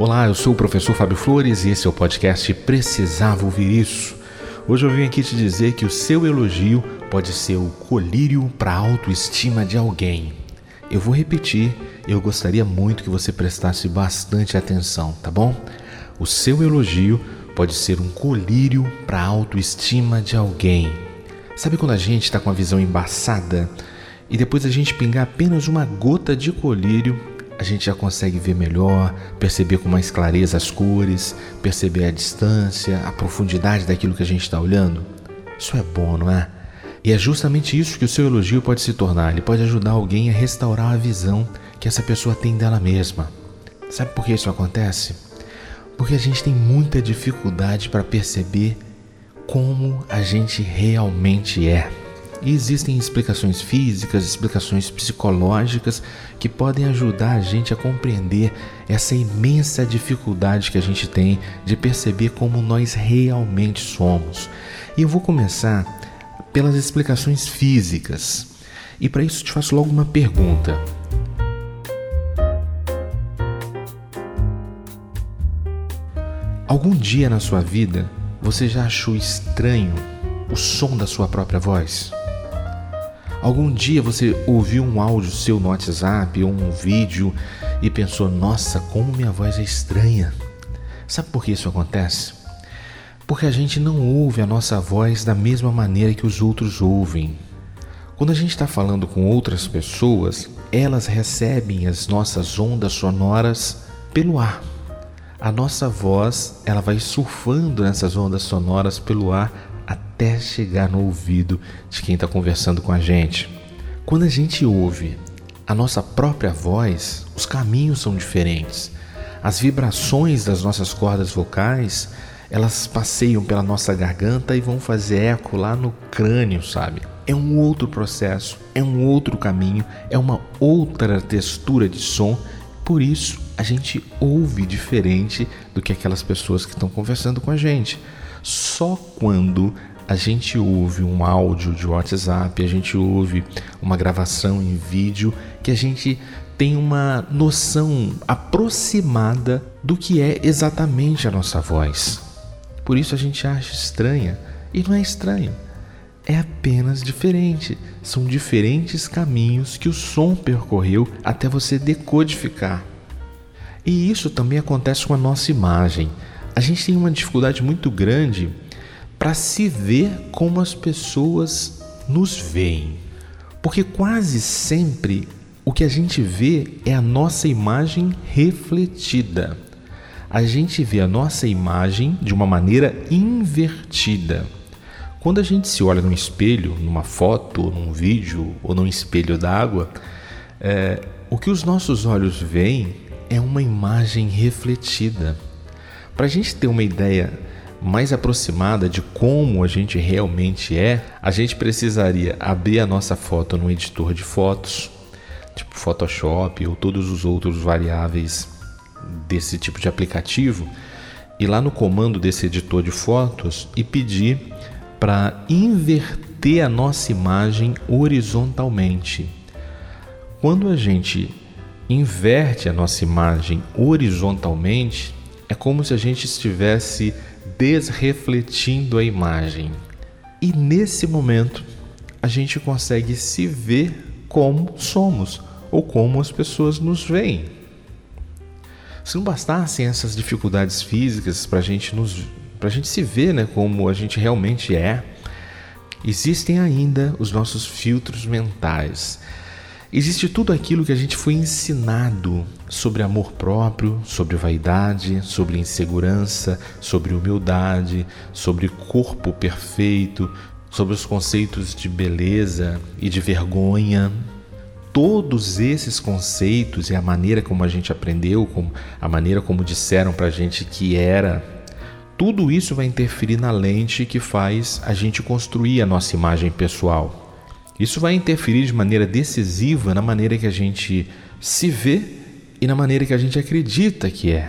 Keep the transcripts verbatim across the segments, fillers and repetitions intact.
Olá, eu sou o professor Fábio Flores e esse é o podcast Precisava Ouvir Isso. Hoje eu vim aqui te dizer que o seu elogio pode ser o colírio para a autoestima de alguém. Eu vou repetir, eu gostaria muito que você prestasse bastante atenção, tá bom? O seu elogio pode ser um colírio para a autoestima de alguém. Sabe quando a gente está com a visão embaçada e depois a gente pingar apenas uma gota de colírio, a gente já consegue ver melhor, perceber com mais clareza as cores, perceber a distância, a profundidade daquilo que a gente está olhando? Isso é bom, não é? E é justamente isso que o seu elogio pode se tornar. Ele pode ajudar alguém a restaurar a visão que essa pessoa tem dela mesma. Sabe por que isso acontece? Porque a gente tem muita dificuldade para perceber como a gente realmente é. E existem explicações físicas, explicações psicológicas que podem ajudar a gente a compreender essa imensa dificuldade que a gente tem de perceber como nós realmente somos. E eu vou começar pelas explicações físicas. E para isso te faço logo uma pergunta. Algum dia na sua vida você já achou estranho o som da sua própria voz? Algum dia você ouviu um áudio seu no WhatsApp ou um vídeo e pensou, nossa, como minha voz é estranha? Sabe por que isso acontece? Porque a gente não ouve a nossa voz da mesma maneira que os outros ouvem. Quando a gente está falando com outras pessoas, elas recebem as nossas ondas sonoras pelo ar. A nossa voz, ela vai surfando nessas ondas sonoras pelo ar até chegar no ouvido de quem está conversando com a gente. Quando a gente ouve a nossa própria voz, os caminhos são diferentes. As vibrações das nossas cordas vocais, elas passeiam pela nossa garganta e vão fazer eco lá no crânio, sabe? É um outro processo, é um outro caminho, é uma outra textura de som. Por isso, a gente ouve diferente do que aquelas pessoas que estão conversando com a gente. Só quando a gente ouve um áudio de WhatsApp, a gente ouve uma gravação em vídeo, que a gente tem uma noção aproximada do que é exatamente a nossa voz. Por isso a gente acha estranha, e não é estranho, é apenas diferente. São diferentes caminhos que o som percorreu até você decodificar. E isso também acontece com a nossa imagem. A gente tem uma dificuldade muito grande para se ver como as pessoas nos veem. Porque quase sempre o que a gente vê é a nossa imagem refletida. A gente vê a nossa imagem de uma maneira invertida. Quando a gente se olha num espelho, numa foto, num vídeo ou num espelho d'água, é, o que os nossos olhos veem é uma imagem refletida. Para a gente ter uma ideia mais aproximada de como a gente realmente é, a gente precisaria abrir a nossa foto no editor de fotos, tipo Photoshop ou todos os outros variáveis desse tipo de aplicativo, e lá no comando desse editor de fotos e pedir para inverter a nossa imagem horizontalmente. Quando a gente inverte a nossa imagem horizontalmente, é como se a gente estivesse desrefletindo a imagem. E nesse momento, a gente consegue se ver como somos, ou como as pessoas nos veem. Se não bastassem essas dificuldades físicas para a gente nos, para a gente se ver, né, como a gente realmente é, existem ainda os nossos filtros mentais. Existe tudo aquilo que a gente foi ensinado sobre amor próprio, sobre vaidade, sobre insegurança, sobre humildade, sobre corpo perfeito, sobre os conceitos de beleza e de vergonha. Todos esses conceitos e a maneira como a gente aprendeu, a maneira como disseram pra gente que era, tudo isso vai interferir na lente que faz a gente construir a nossa imagem pessoal. Isso vai interferir de maneira decisiva na maneira que a gente se vê e na maneira que a gente acredita que é.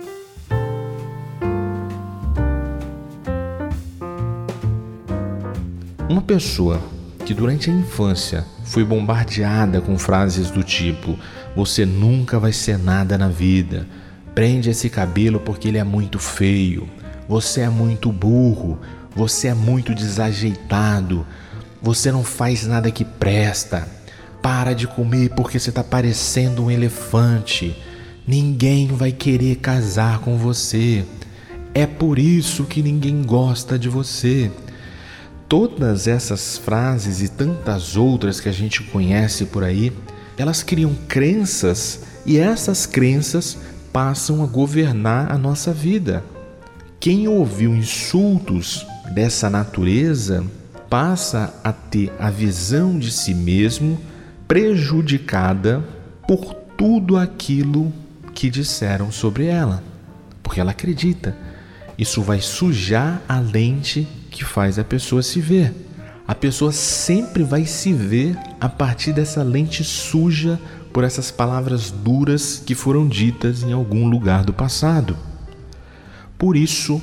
Uma pessoa que durante a infância foi bombardeada com frases do tipo: você nunca vai ser nada na vida, prende esse cabelo porque ele é muito feio, você é muito burro, você é muito desajeitado, você não faz nada que presta, para de comer porque você está parecendo um elefante, ninguém vai querer casar com você, é por isso que ninguém gosta de você. Todas essas frases e tantas outras que a gente conhece por aí, elas criam crenças e essas crenças passam a governar a nossa vida. Quem ouviu insultos dessa natureza passa a ter a visão de si mesmo prejudicada por tudo aquilo que disseram sobre ela, porque ela acredita. Isso vai sujar a lente que faz a pessoa se ver. A pessoa sempre vai se ver a partir dessa lente suja por essas palavras duras que foram ditas em algum lugar do passado. Por isso,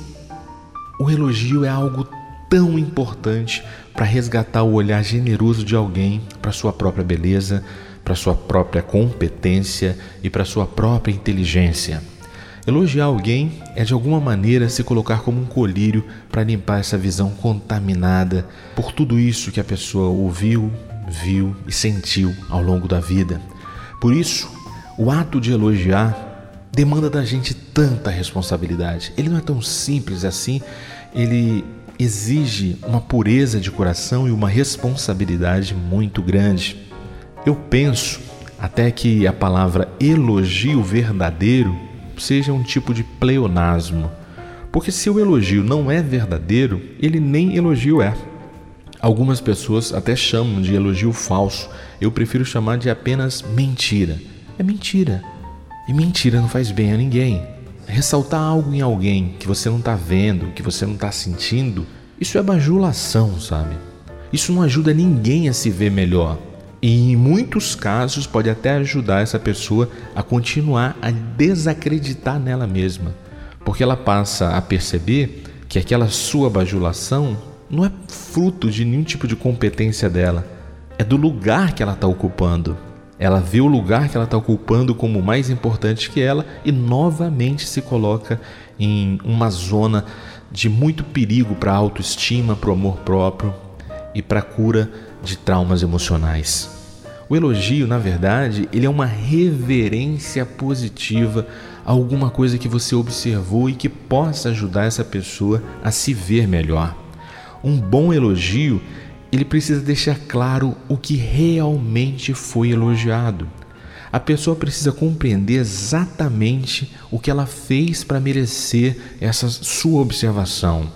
o elogio é algo tão importante para resgatar o olhar generoso de alguém para sua própria beleza, para sua própria competência e para sua própria inteligência. Elogiar alguém é de alguma maneira se colocar como um colírio para limpar essa visão contaminada por tudo isso que a pessoa ouviu, viu e sentiu ao longo da vida. Por isso, o ato de elogiar demanda da gente tanta responsabilidade. Ele não é tão simples assim, ele exige uma pureza de coração e uma responsabilidade muito grande. Eu penso até que a palavra elogio verdadeiro seja um tipo de pleonasmo, porque se o elogio não é verdadeiro, ele nem elogio é. Algumas pessoas até chamam de elogio falso, eu prefiro chamar de apenas mentira. É mentira, e mentira não faz bem a ninguém. Ressaltar algo em alguém que você não está vendo, que você não está sentindo, isso é bajulação, sabe? Isso não ajuda ninguém a se ver melhor. E em muitos casos pode até ajudar essa pessoa a continuar a desacreditar nela mesma, porque ela passa a perceber que aquela sua bajulação não é fruto de nenhum tipo de competência dela, é do lugar que ela está ocupando. Ela vê o lugar que ela está ocupando como mais importante que ela e novamente se coloca em uma zona de muito perigo para a autoestima, para o amor próprio e para a cura de traumas emocionais. O elogio, na verdade, ele é uma reverência positiva a alguma coisa que você observou e que possa ajudar essa pessoa a se ver melhor. Um bom elogio, ele precisa deixar claro o que realmente foi elogiado. A pessoa precisa compreender exatamente o que ela fez para merecer essa sua observação.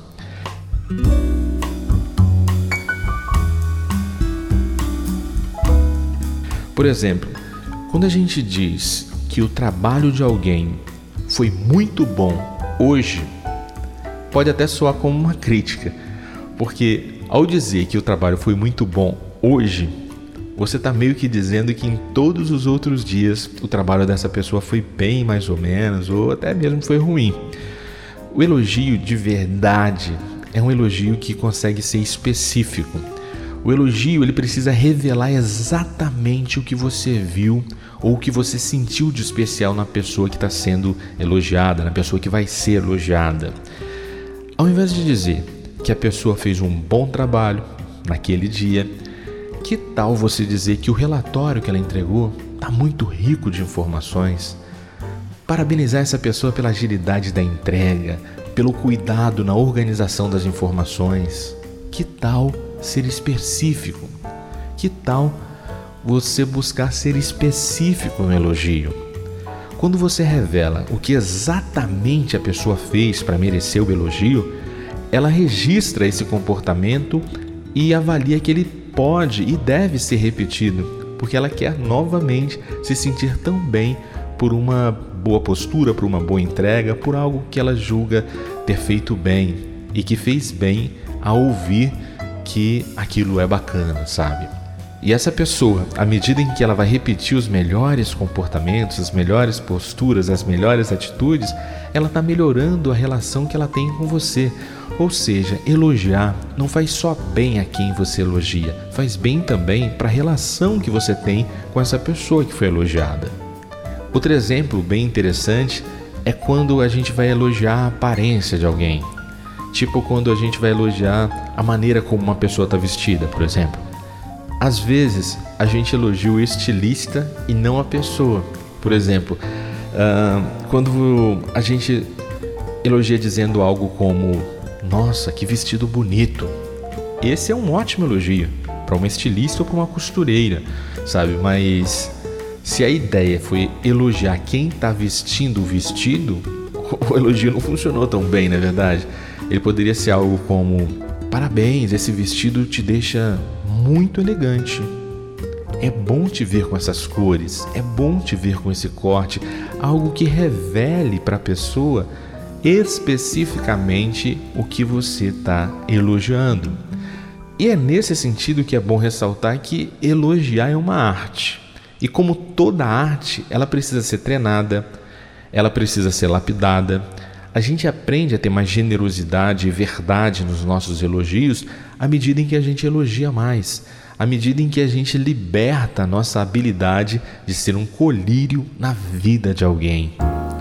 Por exemplo, quando a gente diz que o trabalho de alguém foi muito bom hoje, pode até soar como uma crítica, porque ao dizer que o trabalho foi muito bom hoje, você está meio que dizendo que em todos os outros dias o trabalho dessa pessoa foi bem mais ou menos, ou até mesmo foi ruim. O elogio de verdade é um elogio que consegue ser específico. O elogio ele precisa revelar exatamente o que você viu ou o que você sentiu de especial na pessoa que está sendo elogiada, na pessoa que vai ser elogiada. Ao invés de dizer que a pessoa fez um bom trabalho naquele dia, que tal você dizer que o relatório que ela entregou está muito rico de informações? Parabenizar essa pessoa pela agilidade da entrega, pelo cuidado na organização das informações. Que tal ser específico? Que tal você buscar ser específico no elogio? Quando você revela o que exatamente a pessoa fez para merecer o elogio, ela registra esse comportamento e avalia que ele pode e deve ser repetido, porque ela quer novamente se sentir tão bem por uma boa postura, por uma boa entrega, por algo que ela julga ter feito bem e que fez bem a ouvir que aquilo é bacana, sabe? E essa pessoa, à medida em que ela vai repetir os melhores comportamentos, as melhores posturas, as melhores atitudes, ela está melhorando a relação que ela tem com você. Ou seja, elogiar não faz só bem a quem você elogia, faz bem também para a relação que você tem com essa pessoa que foi elogiada. Outro exemplo bem interessante é quando a gente vai elogiar a aparência de alguém. Tipo quando a gente vai elogiar a maneira como uma pessoa está vestida, por exemplo. Às vezes, a gente elogia o estilista e não a pessoa. Por exemplo, uh, quando a gente elogia dizendo algo como: nossa, que vestido bonito. Esse é um ótimo elogio para uma estilista ou para uma costureira, sabe? Mas se a ideia foi elogiar quem está vestindo o vestido, o elogio não funcionou tão bem, não é verdade? Ele poderia ser algo como: parabéns, esse vestido te deixa muito elegante. É bom te ver com essas cores, é bom te ver com esse corte, algo que revele para a pessoa especificamente o que você está elogiando. E é nesse sentido que é bom ressaltar que elogiar é uma arte. E como toda arte, ela precisa ser treinada, ela precisa ser lapidada. A gente aprende a ter mais generosidade e verdade nos nossos elogios à medida em que a gente elogia mais, à medida em que a gente liberta a nossa habilidade de ser um colírio na vida de alguém.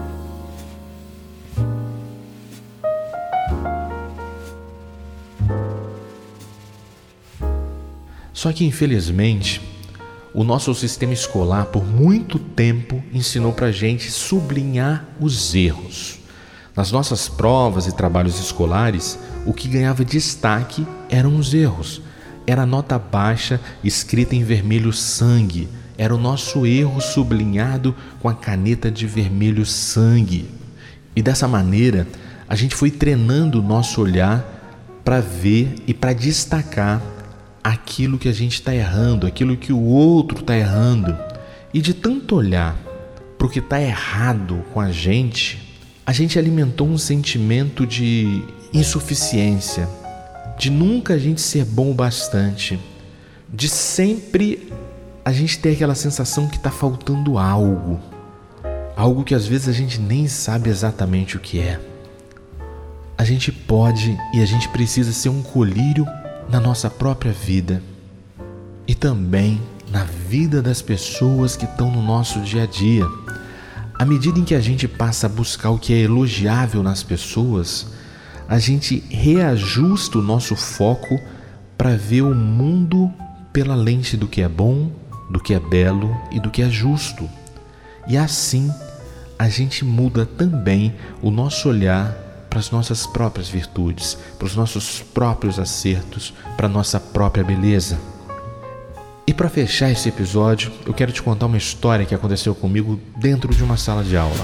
Só que, infelizmente, o nosso sistema escolar, por muito tempo, ensinou para a gente sublinhar os erros. Nas nossas provas e trabalhos escolares, o que ganhava destaque eram os erros. Era a nota baixa escrita em vermelho sangue. Era o nosso erro sublinhado com a caneta de vermelho sangue. E dessa maneira, a gente foi treinando o nosso olhar para ver e para destacar aquilo que a gente está errando, aquilo que o outro está errando. E de tanto olhar para o que está errado com a gente, a gente alimentou um sentimento de insuficiência, de nunca a gente ser bom o bastante, de sempre a gente ter aquela sensação que está faltando algo, algo que às vezes a gente nem sabe exatamente o que é. A gente pode e a gente precisa ser um colírio na nossa própria vida e também na vida das pessoas que estão no nosso dia a dia. À medida em que a gente passa a buscar o que é elogiável nas pessoas, a gente reajusta o nosso foco para ver o mundo pela lente do que é bom, do que é belo e do que é justo. E assim, a gente muda também o nosso olhar para as nossas próprias virtudes, para os nossos próprios acertos, para a nossa própria beleza. E para fechar esse episódio, eu quero te contar uma história que aconteceu comigo dentro de uma sala de aula.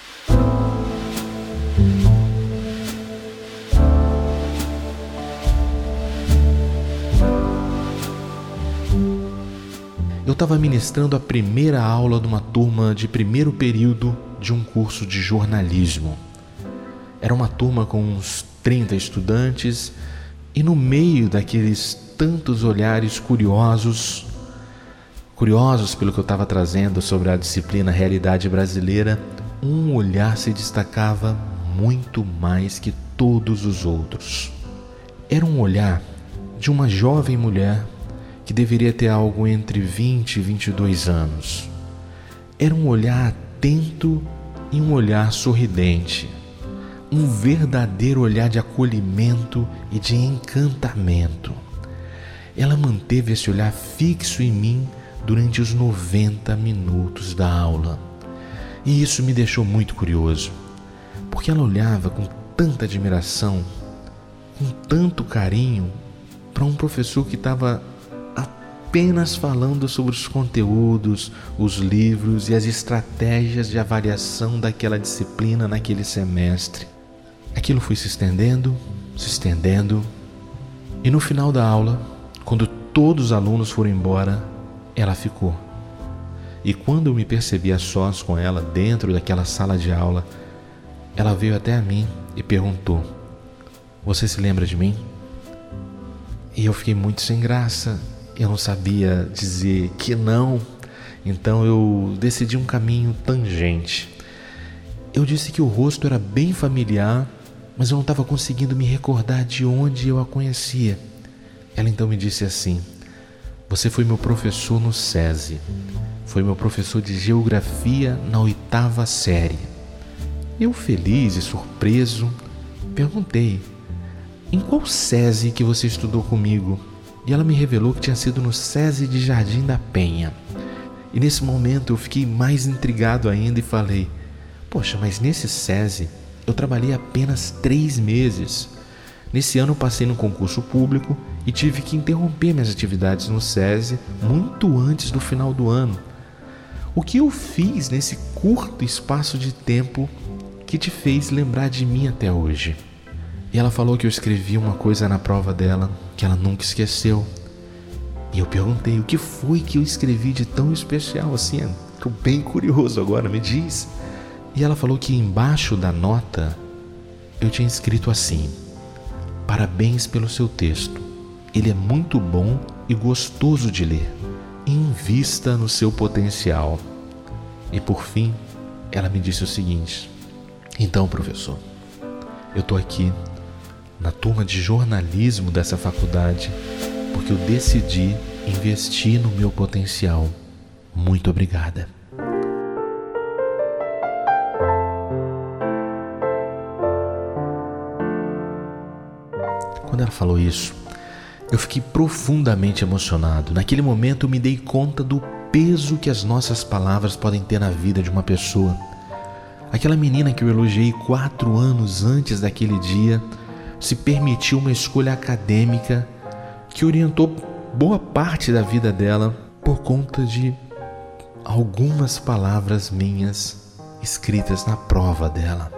Eu estava ministrando a primeira aula de uma turma de primeiro período de um curso de jornalismo. Era uma turma com uns trinta estudantes e no meio daqueles tantos olhares curiosos, curiosos pelo que eu estava trazendo sobre a disciplina Realidade Brasileira, um olhar se destacava muito mais que todos os outros. Era um olhar de uma jovem mulher que deveria ter algo entre vinte e vinte e dois anos. Era um olhar atento e um olhar sorridente. Um verdadeiro olhar de acolhimento e de encantamento. Ela manteve esse olhar fixo em mim durante os noventa minutos da aula. E isso me deixou muito curioso, porque ela olhava com tanta admiração, com tanto carinho, para um professor que estava apenas falando sobre os conteúdos, os livros e as estratégias de avaliação daquela disciplina naquele semestre. Aquilo foi se estendendo, se estendendo, e no final da aula, quando todos os alunos foram embora, ela ficou. E quando eu me percebi a sós com ela dentro daquela sala de aula, ela veio até a mim e perguntou: "Você se lembra de mim?" E eu fiquei muito sem graça, eu não sabia dizer que não, então eu decidi um caminho tangente. Eu disse que o rosto era bem familiar, mas eu não estava conseguindo me recordar de onde eu a conhecia. Ela então me disse assim: "Você foi meu professor no SESI, foi meu professor de geografia na oitava série." Eu, feliz e surpreso, perguntei: em qual SESI que você estudou comigo? E ela me revelou que tinha sido no SESI de Jardim da Penha. E nesse momento eu fiquei mais intrigado ainda e falei: poxa, mas nesse SESI eu trabalhei apenas três meses. Nesse ano eu passei no concurso público e tive que interromper minhas atividades no SESI muito antes do final do ano. O que eu fiz nesse curto espaço de tempo que te fez lembrar de mim até hoje? E ela falou que eu escrevi uma coisa na prova dela que ela nunca esqueceu. E eu perguntei: o que foi que eu escrevi de tão especial assim? Estou bem curioso agora, me diz. E ela falou que embaixo da nota eu tinha escrito assim: parabéns pelo seu texto. Ele é muito bom e gostoso de ler. Invista no seu potencial. E por fim, ela me disse o seguinte: então, professor, eu estou aqui na turma de jornalismo dessa faculdade porque eu decidi investir no meu potencial. Muito obrigada. Quando ela falou isso, eu fiquei profundamente emocionado. Naquele momento eu me dei conta do peso que as nossas palavras podem ter na vida de uma pessoa. Aquela menina que eu elogiei quatro anos antes daquele dia se permitiu uma escolha acadêmica que orientou boa parte da vida dela por conta de algumas palavras minhas escritas na prova dela.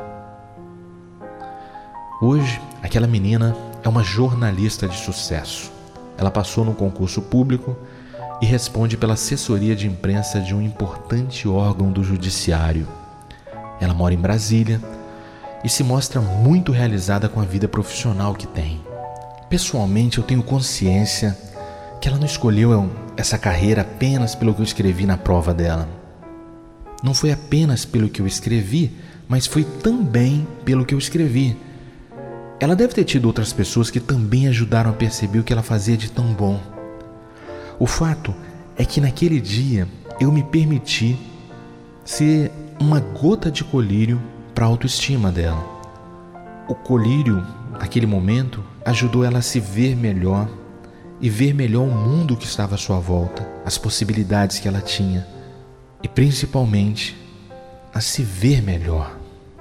Hoje, aquela menina é uma jornalista de sucesso. Ela passou no concurso público e responde pela assessoria de imprensa de um importante órgão do judiciário. Ela mora em Brasília e se mostra muito realizada com a vida profissional que tem. Pessoalmente, eu tenho consciência que ela não escolheu essa carreira apenas pelo que eu escrevi na prova dela. Não foi apenas pelo que eu escrevi, mas foi também pelo que eu escrevi. Ela deve ter tido outras pessoas que também ajudaram a perceber o que ela fazia de tão bom. O fato é que naquele dia eu me permiti ser uma gota de colírio para a autoestima dela. O colírio, naquele momento, ajudou ela a se ver melhor e ver melhor o mundo que estava à sua volta, as possibilidades que ela tinha e, principalmente, a se ver melhor.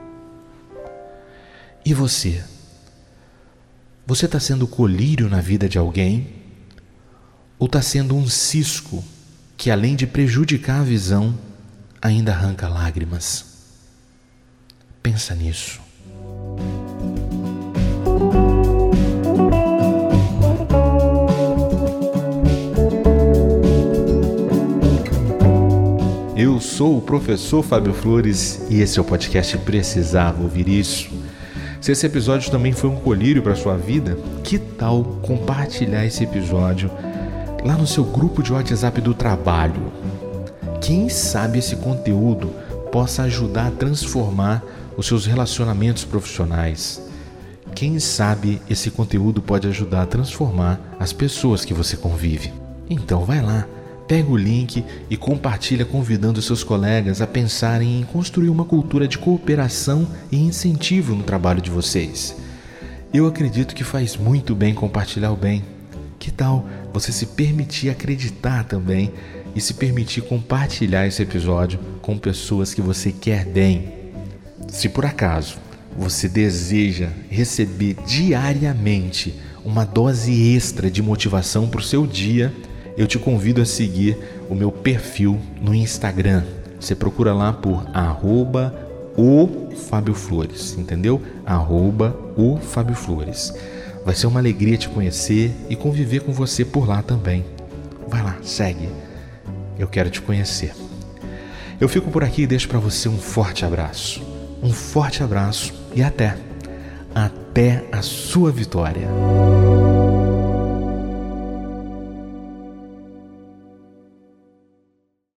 E você? Você está sendo colírio na vida de alguém? Ou está sendo um cisco que, além de prejudicar a visão, ainda arranca lágrimas? Pensa nisso. Eu sou o professor Fábio Flores e esse é o podcast Precisava Ouvir Isso. Se esse episódio também foi um colírio para a sua vida, que tal compartilhar esse episódio lá no seu grupo de WhatsApp do trabalho? Quem sabe esse conteúdo possa ajudar a transformar os seus relacionamentos profissionais. Quem sabe esse conteúdo pode ajudar a transformar as pessoas que você convive. Então vai lá, pega o link e compartilha, convidando seus colegas a pensarem em construir uma cultura de cooperação e incentivo no trabalho de vocês. Eu acredito que faz muito bem compartilhar o bem. Que tal você se permitir acreditar também e se permitir compartilhar esse episódio com pessoas que você quer bem? Se por acaso você deseja receber diariamente uma dose extra de motivação para o seu dia, eu te convido a seguir o meu perfil no Instagram. Você procura lá por arroba o Fábio Flores, entendeu? Arroba o Fábio Flores. Vai ser uma alegria te conhecer e conviver com você por lá também. Vai lá, segue. Eu quero te conhecer. Eu fico por aqui e deixo para você um forte abraço. Um forte abraço e até. Até a sua vitória.